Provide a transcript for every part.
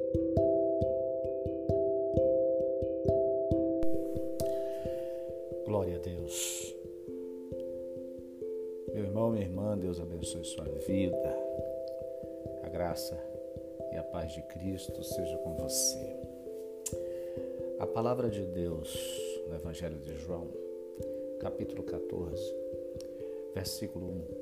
Glória a Deus. Meu irmão, minha irmã, Deus abençoe sua vida. A graça e a paz de Cristo seja com você. A palavra de Deus no Evangelho de João, capítulo 14, versículo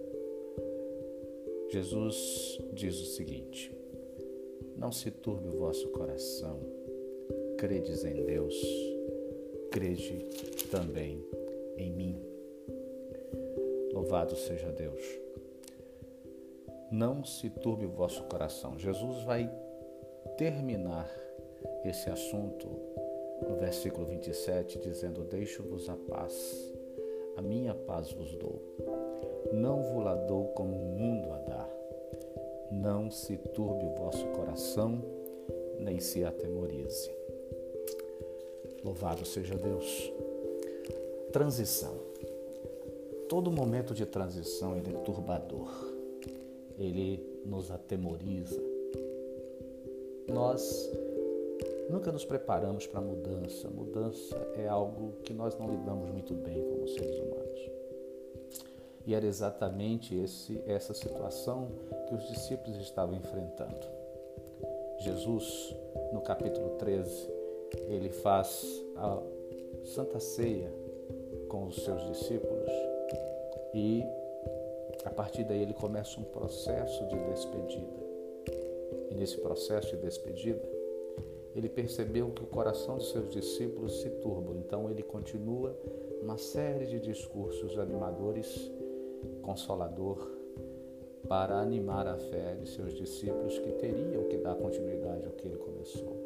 1. Jesus diz o seguinte: não se turbe o vosso coração, credes em Deus, crede também em mim. Louvado seja Deus. Não se turbe o vosso coração. Jesus vai terminar esse assunto no versículo 27, dizendo: deixo-vos a paz, a minha paz vos dou. Não vos la dou como o mundo a dá. Não se turbe o vosso coração, nem se atemorize. Louvado seja Deus. Transição. Todo momento de transição ele é turbador. Ele nos atemoriza. Nós nunca nos preparamos para a mudança. Mudança é algo que nós não lidamos muito bem como seres humanos. E era exatamente essa situação que os discípulos estavam enfrentando. Jesus, no capítulo 13, ele faz a Santa Ceia com os seus discípulos e a partir daí ele começa um processo de despedida. E nesse processo de despedida, ele percebeu que o coração dos seus discípulos se turba. Então ele continua uma série de discursos animadores, consolador, para animar a fé de seus discípulos que teriam que dar continuidade ao que ele começou.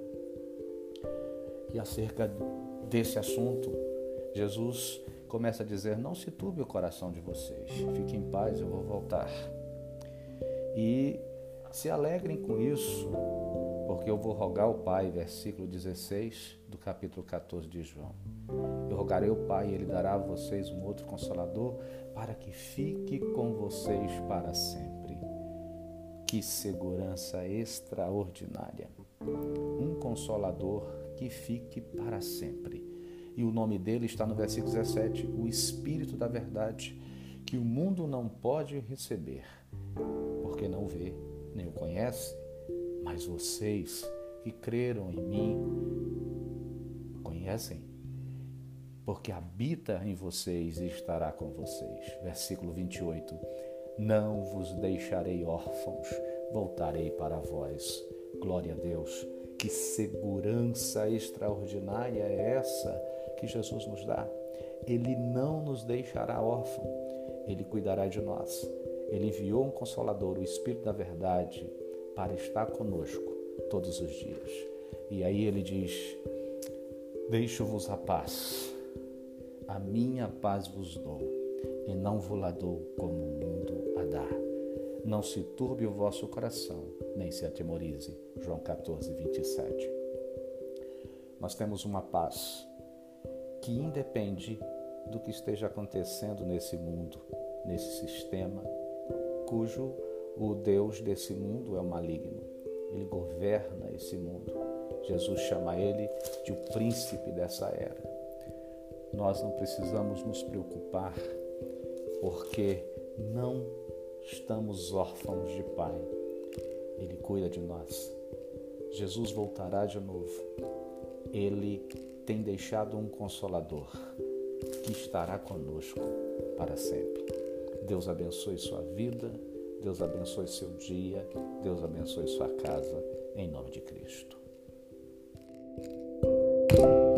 E acerca desse assunto, Jesus começa a dizer: não se turbe o coração de vocês, fiquem em paz, eu vou voltar. E se alegrem com isso, porque eu vou rogar ao Pai, versículo 16 do capítulo 14 de João. Eu rogarei ao Pai e Ele dará a vocês um outro Consolador para que fique com vocês para sempre. Que segurança extraordinária! Um Consolador que fique para sempre. E o nome dele está no versículo 17, o Espírito da Verdade, que o mundo não pode receber, porque não vê, nem o conhece, mas vocês que creram em mim, conhecem, porque habita em vocês e estará com vocês. Versículo 28, não vos deixarei órfãos, voltarei para vós. Glória a Deus. Que segurança extraordinária é essa que Jesus nos dá. Ele não nos deixará órfãos, Ele cuidará de nós. Ele enviou um Consolador, o Espírito da Verdade, para estar conosco todos os dias. E aí ele diz: deixo-vos a paz, a minha paz vos dou, e não vos la dou como o mundo a dá. Não se turbe o vosso coração, nem se atemorize. João 14, 27. Nós temos uma paz que independe do que esteja acontecendo nesse mundo, nesse sistema, cujo o Deus desse mundo é o maligno. Ele governa esse mundo. Jesus chama ele de o príncipe dessa era. Nós não precisamos nos preocupar, porque não estamos órfãos de Pai. Ele cuida de nós. Jesus voltará de novo. Ele tem deixado um Consolador que estará conosco para sempre. Deus abençoe sua vida, Deus abençoe seu dia, Deus abençoe sua casa, em nome de Cristo.